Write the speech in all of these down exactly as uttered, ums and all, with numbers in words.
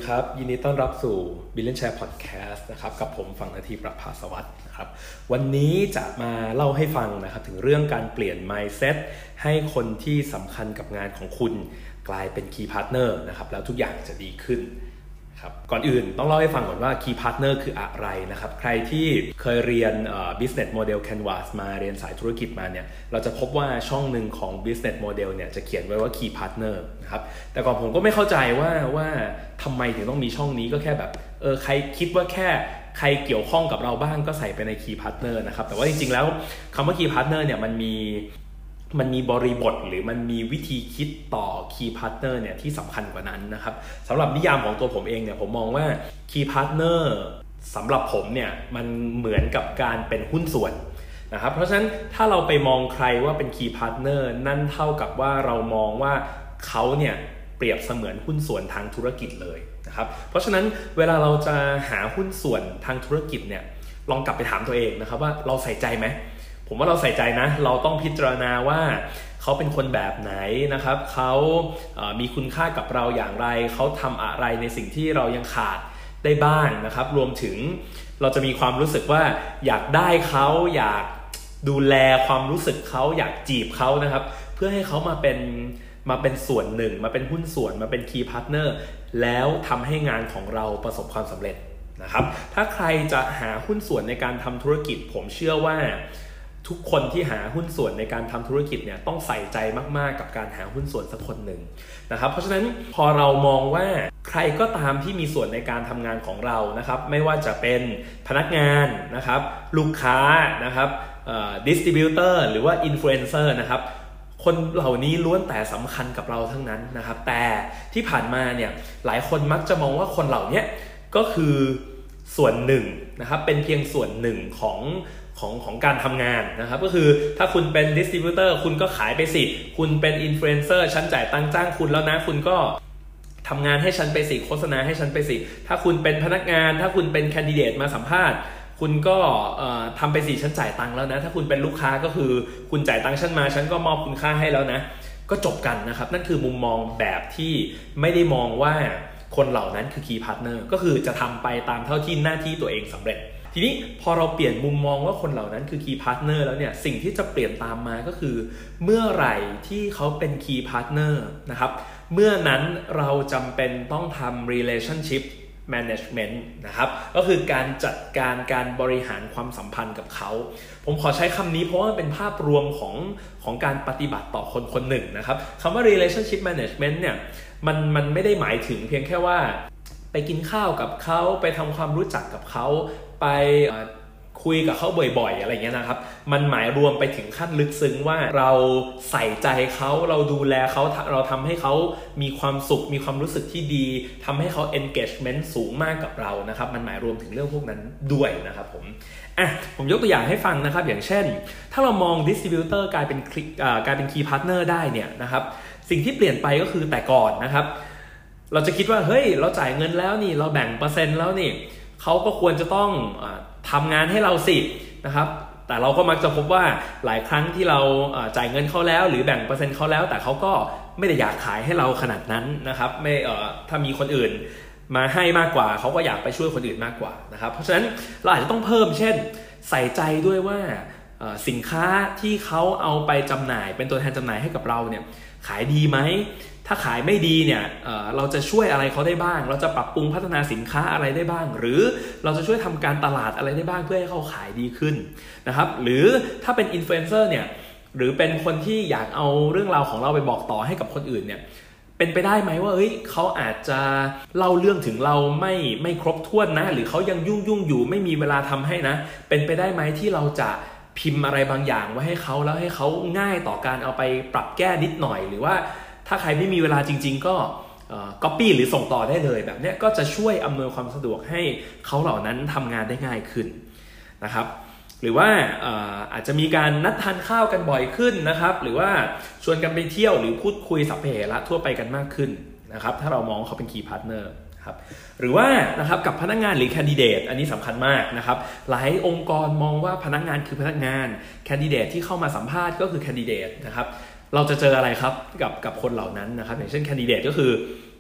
ครับยินดีต้อนรับสู่ Billion Share Podcast นะครับกับผมฝั่งนาทีประภาสวัสดิ์นะครับวันนี้จะมาเล่าให้ฟังนะครับถึงเรื่องการเปลี่ยน mindset ให้คนที่สำคัญกับงานของคุณกลายเป็น Key Partner นะครับแล้วทุกอย่างจะดีขึ้นครับก่อนอื่นต้องเล่าให้ฟังก่อนว่า Key Partner คืออะไรนะครับใครที่เคยเรียน Business Model Canvas มาเรียนสายธุรกิจมาเนี่ยเราจะพบว่าช่องหนึ่งของ Business Model เนี่ยจะเขียนไว้ว่า Key Partner นะครับแต่ก่อนผมก็ไม่เข้าใจว่าว่าทำไมถึงต้องมีช่องนี้ก็แค่แบบเออใครคิดว่าแค่ใครเกี่ยวข้องกับเราบ้างก็ใส่ไปใน Key Partner นะครับแต่ว่าจริงๆแล้วคำว่า Key Partner เนี่ยมันมีมันมีบริบทหรือมันมีวิธีคิดต่อ Key Partner เนี่ยที่สำคัญกว่านั้นนะครับสำหรับนิยามของตัวผมเองเนี่ยผมมองว่า Key Partner สำหรับผมเนี่ยมันเหมือนกับการเป็นหุ้นส่วนนะครับเพราะฉะนั้นถ้าเราไปมองใครว่าเป็น Key Partner นั่นเท่ากับว่าเรามองว่าเขาเนี่ยเปรียบเสมือนหุ้นส่วนทางธุรกิจเลยนะครับเพราะฉะนั้นเวลาเราจะหาหุ้นส่วนทางธุรกิจเนี่ยลองกลับไปถามตัวเองนะครับว่าเราใส่ใจไหมผมว่าเราใส่ใจนะเราต้องพิจารณาว่าเขาเป็นคนแบบไหนนะครับเขาเอ่อมีคุณค่ากับเราอย่างไรเขาทำอะไรในสิ่งที่เรายังขาดได้บ้างนะครับรวมถึงเราจะมีความรู้สึกว่าอยากได้เขาอยากดูแลความรู้สึกเขาอยากจีบเขานะครับเพื่อให้เขามาเป็นมาเป็นส่วนหนึ่งมาเป็นหุ้นส่วนมาเป็น Key Partner แล้วทำให้งานของเราประสบความสำเร็จนะครับถ้าใครจะหาหุ้นส่วนในการทำธุรกิจผมเชื่อว่าทุกคนที่หาหุ้นส่วนในการทำธุรกิจเนี่ยต้องใส่ใจมากๆกับการหาหุ้นส่วนสักคนหนึ่งนะครับเพราะฉะนั้นพอเรามองว่าใครก็ตามที่มีส่วนในการทำงานของเรานะครับไม่ว่าจะเป็นพนักงานนะครับลูกค้านะครับเอ่อดิสทริบิวเตอร์หรือว่าอินฟลูเอนเซอร์นะครับคนเหล่านี้ล้วนแต่สำคัญกับเราทั้งนั้นนะครับแต่ที่ผ่านมาเนี่ยหลายคนมักจะมองว่าคนเหล่านี้ก็คือส่วนหนึ่งนะครับเป็นเพียงส่วนหนึ่งของของของการทำงานนะครับก็คือถ้าคุณเป็นดิสทริบิวเตอร์คุณก็ขายไปสิคุณเป็นอินฟลูเอนเซอร์ฉันจ่ายตังค์จ้างคุณแล้วนะคุณก็ทำงานให้ฉันไปสิโฆษณาให้ฉันไปสิถ้าคุณเป็นพนักงานถ้าคุณเป็นแคนดิเดตมาสัมภาษณ์คุณก็ทำไปสิฉันจ่ายตังค์แล้วนะถ้าคุณเป็นลูกค้าก็คือคุณจ่ายตังค์ฉันมาฉันก็มอบคุณค่าให้แล้วนะก็จบกันนะครับนั่นคือมุมมองแบบที่ไม่ได้มองว่าคนเหล่านั้นคือ Key Partner ก็คือจะทำไปตามเท่าที่หน้าที่ตัวเองสำเร็จทีนี้พอเราเปลี่ยนมุมมองว่าคนเหล่านั้นคือ Key Partner แล้วเนี่ยสิ่งที่จะเปลี่ยนตามมาก็คือเมื่อไหร่ที่เขาเป็น Key Partner นะครับเมื่อนั้นเราจำเป็นต้องทำ relationship management นะครับก็คือการจัดการการบริหารความสัมพันธ์กับเขาผมขอใช้คำนี้เพราะว่าเป็นภาพรวมของของการปฏิบัติต่อคนคนหนึ่งนะครับคำว่า relationship management เนี่ยมันมันไม่ได้หมายถึงเพียงแค่ว่าไปกินข้าวกับเขาไปทำความรู้จักกับเขาไปคุยกับเขาบ่อยๆอะไรเงี้ยนะครับมันหมายรวมไปถึงขั้นลึกซึ้งว่าเราใส่ใจเขาเราดูแลเขาเราทำให้เขามีความสุขมีความรู้สึกที่ดีทำให้เขา engagement สูงมากกับเรานะครับมันหมายรวมถึงเรื่องพวกนั้นด้วยนะครับผมอ่ะผมยกตัวอย่างให้ฟังนะครับอย่างเช่นถ้าเรามอง distributor กลายเป็นกลายเป็น key partner ได้เนี่ยนะครับสิ่งที่เปลี่ยนไปก็คือแต่ก่อนนะครับเราจะคิดว่าเฮ้ยเราจ่ายเงินแล้วนี่เราแบ่งเปอร์เซ็นต์แล้วนี่เขาก็ควรจะต้องทำงานให้เราสินะครับแต่เราก็มักจะพบว่าหลายครั้งที่เราจ่ายเงินเขาแล้วหรือแบ่งเปอร์เซ็นต์เขาแล้วแต่เขาก็ไม่ได้อยากขายให้เราขนาดนั้นนะครับไม่เอ่อถ้ามีคนอื่นมาให้มากกว่าเขาก็อยากไปช่วยคนอื่นมากกว่านะครับเพราะฉะนั้นเราอาจจะต้องเพิ่มเช่นใส่ใจด้วยว่าสินค้าที่เขาเอาไปจำหน่ายเป็นตัวแทนจำหน่ายให้กับเราเนี่ยขายดีไหมถ้าขายไม่ดีเนี่ยเอ่อเราจะช่วยอะไรเขาได้บ้างเราจะปรับปรุงพัฒนาสินค้าอะไรได้บ้างหรือเราจะช่วยทำการตลาดอะไรได้บ้างเพื่อให้เขาขายดีขึ้นนะครับหรือถ้าเป็นอินฟลูเอนเซอร์เนี่ยหรือเป็นคนที่อยากเอาเรื่องราวของเราไปบอกต่อให้กับคนอื่นเนี่ยเป็นไปได้ไหมว่าเฮ้ยเขาอาจจะเล่าเรื่องถึงเราไม่ไม่ครบถ้วนนะหรือเขายังยุ่งยุ่งอยู่ไม่มีเวลาทำให้นะเป็นไปได้ไหมที่เราจะพิมพ์อะไรบางอย่างไว้ให้เขาแล้วให้เขาง่ายต่อการเอาไปปรับแก้นิดหน่อยหรือว่าถ้าใครไม่มีเวลาจริงๆก็ก๊อปปี้หรือส่งต่อได้เลยแบบนี้ก็จะช่วยอำนวยความสะดวกให้เขาเหล่านั้นทำงานได้ง่ายขึ้นนะครับหรือว่าอาจจะมีการนัดทานข้าวกันบ่อยขึ้นนะครับหรือว่าชวนกันไปเที่ยวหรือพูดคุยสัพเพเหระทั่วไปกันมากขึ้นนะครับถ้าเรามองเขาเป็น Key Partner ครับหรือว่านะครับกับพนักงานหรือแคนดิเดตอันนี้สำคัญมากนะครับหลายองค์กรมองว่าพนักงานคือพนักงานแคนดิเดตที่เข้ามาสัมภาษณ์ก็คือแคนดิเดตนะครับเราจะเจออะไรครับกับกับคนเหล่านั้นนะครับอย่างเช่นแคนดิเดตก็คือ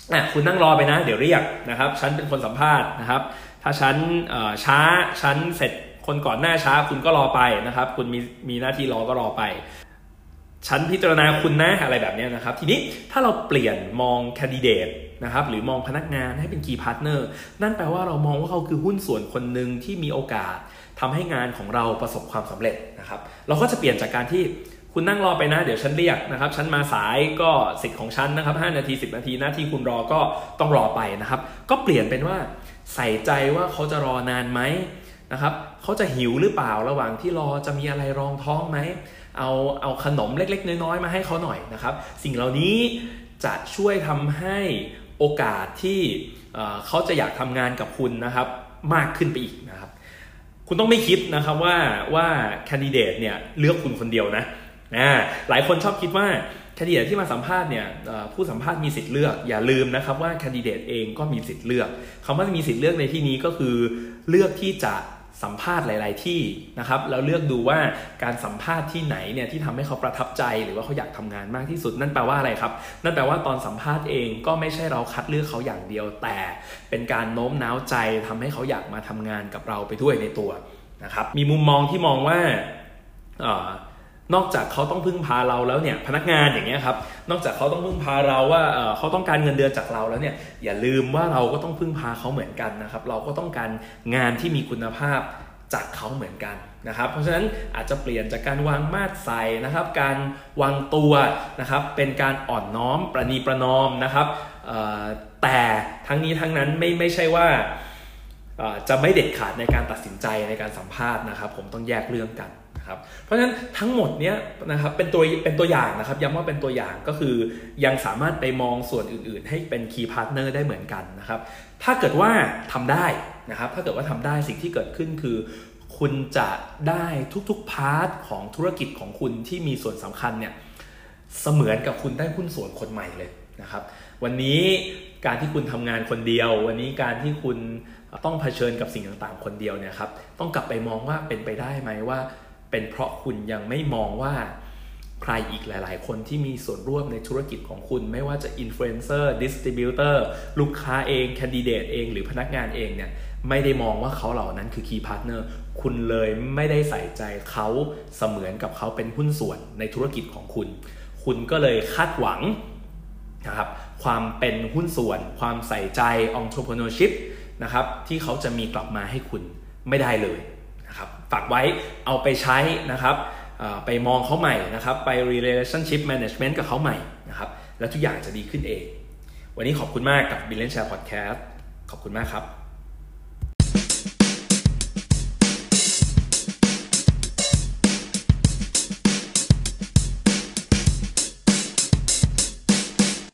อ่ะคุณนั่งรอไปนะเดี๋ยวเรียกนะครับฉันเป็นคนสัมภาษณ์นะครับถ้าฉันช้าฉันเสร็จคนก่อนหน้าช้าคุณก็รอไปนะครับคุณมีมีหน้าที่รอก็รอไปฉันพิจารณาคุณนะอะไรแบบนี้นะครับทีนี้ถ้าเราเปลี่ยนมองแคนดิเดตนะครับหรือมองพนักงานให้เป็น Key Partner นั่นแปลว่าเรามองว่าเขาคือหุ้นส่วนคนหนึ่งที่มีโอกาสทำให้งานของเราประสบความสำเร็จนะครับเราก็จะเปลี่ยนจากการที่คุณนั่งรอไปนะเดี๋ยวฉันเรียกนะครับฉันมาสายก็สิทธิ์ของฉันนะครับห้านาทีสิบนาทีหน้าที่คุณรอก็ต้องรอไปนะครับก็เปลี่ยนเป็นว่าใส่ใจว่าเขาจะรอนานไหมนะครับเขาจะหิวหรือเปล่าระหว่างที่รอจะมีอะไรรองท้องไหมเอาเอาขนมเล็กๆน้อยๆมาให้เขาหน่อยนะครับสิ่งเหล่านี้จะช่วยทำให้โอกาสที่เขาจะอยากทำงานกับคุณนะครับมากขึ้นไปอีกนะครับคุณต้องไม่คิดนะครับว่าว่าแคนดิเดตเนี่ยเลือกคุณคนเดียวนะนะหลายคนชอบคิดว่าแคนดิเดตที่มาสัมภาษณ์เนี่ยผู้สัมภาษณ์มีสิทธิ์เลือกอย่าลืมนะครับว่าแคนดิเดตเองก็มีสิทธิ์เลือกคำว่ามีสิทธิ์เลือกในที่นี้ก็คือเลือกที่จะสัมภาษณ์หลายๆที่นะครับแล้วเลือกดูว่าการสัมภาษณ์ที่ไหนเนี่ยที่ทำให้เขาประทับใจหรือว่าเขาอยากทำงานมากที่สุดนั่นแปลว่าอะไรครับนั่นแปลว่าตอนสัมภาษณ์เองก็ไม่ใช่เราคัดเลือกเขาอย่างเดียวแต่เป็นการโน้มน้าวใจทำให้เขาอยากมาทำงานกับเราไปด้วยในตัวนะครับมีมุมมองที่มองว่านอกจากเขาต้องพึ่งพาเราแล้วเนี่ยพนักงานอย่างเงี้ยครับนอกจากเขาต้องพึ่งพาเราว่าเอ่อเขาต้องการเงินเดือนจากเราแล้วเนี่ยอย่าลืมว่าเราก็ต้องพึ่งพาเขาเหมือนกันนะครับเราก็ต้องการงานที่มีคุณภาพจากเขาเหมือนกันนะครับเพราะฉะนั้นอาจจะเปลี่ยนจากการวางมาตรใส่นะครับการวางตัวนะครับเป็นการอ่อนน้อมประนีประนอมนะครับแต่ทั้งนี้ทั้งนั้นไม่ไม่ใช่ว่าจะไม่เด็ดขาดในการตัดสินใจในการสัมภาษณ์นะครับผมต้องแยกเรื่องกันนะครับเพราะฉะนั้นทั้งหมดเนี้ยนะครับเป็นตัวเป็นตัวอย่างนะครับย้ำว่าเป็นตัวอย่างก็คือยังสามารถไปมองส่วนอื่นๆให้เป็น Key Partner ได้เหมือนกันนะครับถ้าเกิดว่าทำได้นะครับถ้าเกิดว่าทำได้สิ่งที่เกิดขึ้นคือคุณจะได้ทุกๆพาร์ทของธุรกิจของคุณที่มีส่วนสำคัญเนี่ยเสมือนกับคุณได้หุ้นส่วนคนใหม่เลยนะครับวันนี้การที่คุณทำงานคนเดียววันนี้การที่คุณต้องเผชิญกับสิ่งต่างๆคนเดียวเนี่ยครับต้องกลับไปมองว่าเป็นไปได้ไหมว่าเป็นเพราะคุณยังไม่มองว่าใครอีกหลายๆคนที่มีส่วนร่วมในธุรกิจของคุณไม่ว่าจะอินฟลูเอนเซอร์ดิสติบิวเตอร์ลูกค้าเองแคนดิเดตเองหรือพนักงานเองเนี่ยไม่ได้มองว่าเขาเหล่านั้นคือ Key Partner คุณเลยไม่ได้ใส่ใจเขาเสมือนกับเขาเป็นหุ้นส่วนในธุรกิจของคุณคุณก็เลยคาดหวังนะครับความเป็นหุ้นส่วนความใส่ใจ entrepreneurship นะครับที่เขาจะมีกลับมาให้คุณไม่ได้เลยนะครับฝากไว้เอาไปใช้นะครับไปมองเขาใหม่นะครับไป relationship management กับเขาใหม่นะครับแล้วทุกอย่างจะดีขึ้นเองวันนี้ขอบคุณมากกับ Brilliant Share Podcast ขอบคุณมากครับ